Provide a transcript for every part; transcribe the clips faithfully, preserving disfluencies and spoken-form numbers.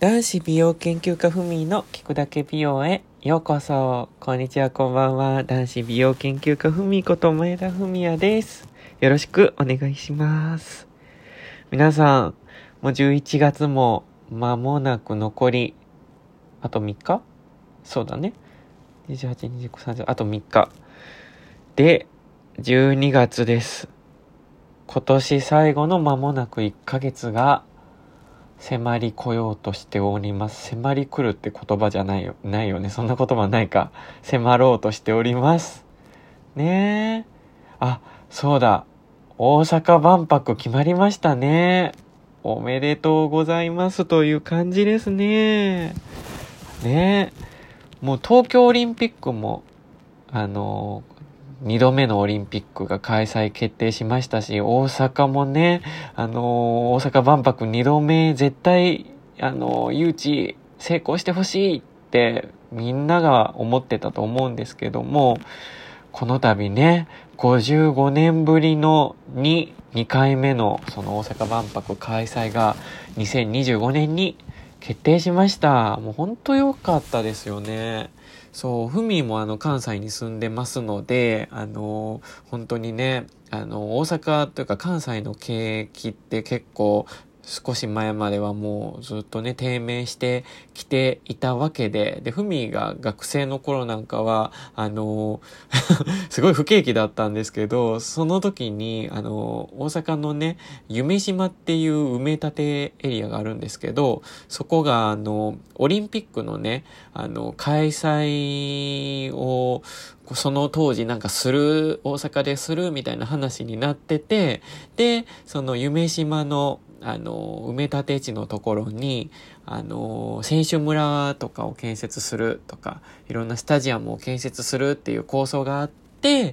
男子美容研究家ふみの聞くだけ美容へようこそ。こんにちは、こんばんは。男子美容研究家ふみこと前田文也です。よろしくお願いします。皆さん、もうじゅういちがつも間もなく残りあとみっか？そうだね。にじゅうはち、にじゅうく、さんじゅうあとみっかでじゅうにがつです。今年最後の間もなくいっかげつが迫り来ようとしております。迫り来るって言葉じゃないよ。ないよね。そんな言葉ないか。迫ろうとしております。ねえ。あ、そうだ。大阪万博決まりましたね。おめでとうございますという感じですね。ねえ。もう東京オリンピックも、あの二度目のオリンピックが開催決定しましたし、大阪もね、あのー、大阪万博二度目絶対、あのー、誘致成功してほしいってみんなが思ってたと思うんですけども、この度ね、ごじゅうごねんぶりのに、にかいめのその大阪万博開催がにせんにじゅうごねんに決定しました。もう本当良かったですよね。そう、ふみもあの関西に住んでますので、あの本当にね、あの大阪というか関西の景気って結構少し前まではもうずっとね低迷してきていたわけで、でふみが学生の頃なんかはあのすごい不景気だったんですけど、その時にあの大阪のね夢島っていう埋め立てエリアがあるんですけど、そこがあのオリンピックのねあの開催をその当時なんかする大阪でするみたいな話になってて、でその夢島のあの埋め立て地のところにあの選手村とかを建設するとか、いろんなスタジアムを建設するっていう構想があって、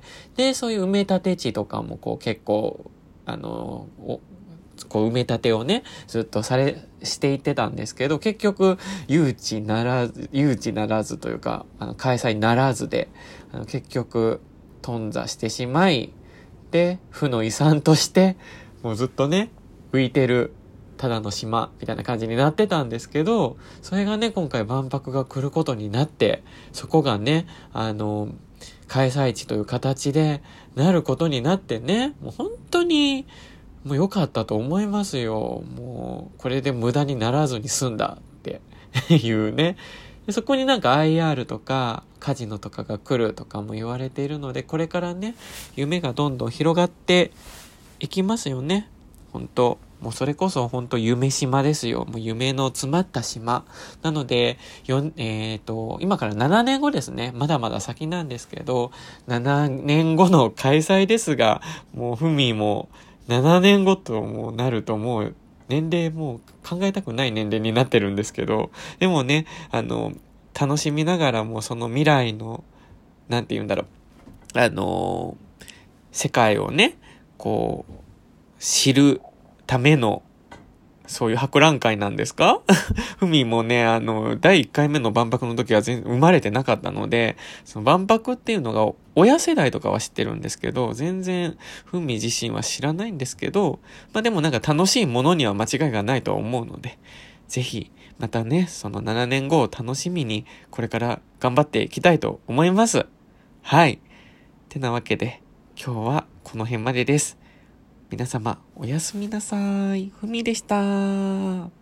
でそういう埋め立て地とかもこう結構あのこう埋め立てをねずっとされしていってたんですけど、結局誘致ならず誘致ならずというかあの開催ならずで、あの結局頓挫してしまい、で負の遺産としてもうずっとね浮いてるただの島みたいな感じになってたんですけど、それがね今回万博が来ることになって、そこがねあの開催地という形でなることになってね、もう本当にもう良かったと思いますよ。もうこれで無駄にならずに済んだっていうね。でそこになんか アイアール とかカジノとかが来るとかも言われているので、これからね夢がどんどん広がっていきますよね。本当もうそれこそ本当夢島ですよ。もう夢の詰まった島なので、よんえっと今からななねんごですね。まだまだ先なんですけど、ななねんごの開催ですが、もうふみもななねんごともなるともう年齢もう考えたくない年齢になってるんですけど、でもねあの楽しみながらもその未来のなんて言うんだろう、あの世界をねこう知るためのそういう博覧会なんですかふみもね、あの、だいいっかいめの万博の時は全然生まれてなかったので、その万博っていうのが親世代とかは知ってるんですけど、全然ふみ自身は知らないんですけど、まあでもなんか楽しいものには間違いがないと思うので、ぜひまたね、そのななねんごを楽しみにこれから頑張っていきたいと思います。はい。てなわけで今日はこの辺までです。皆様おやすみなさい。ふみでした。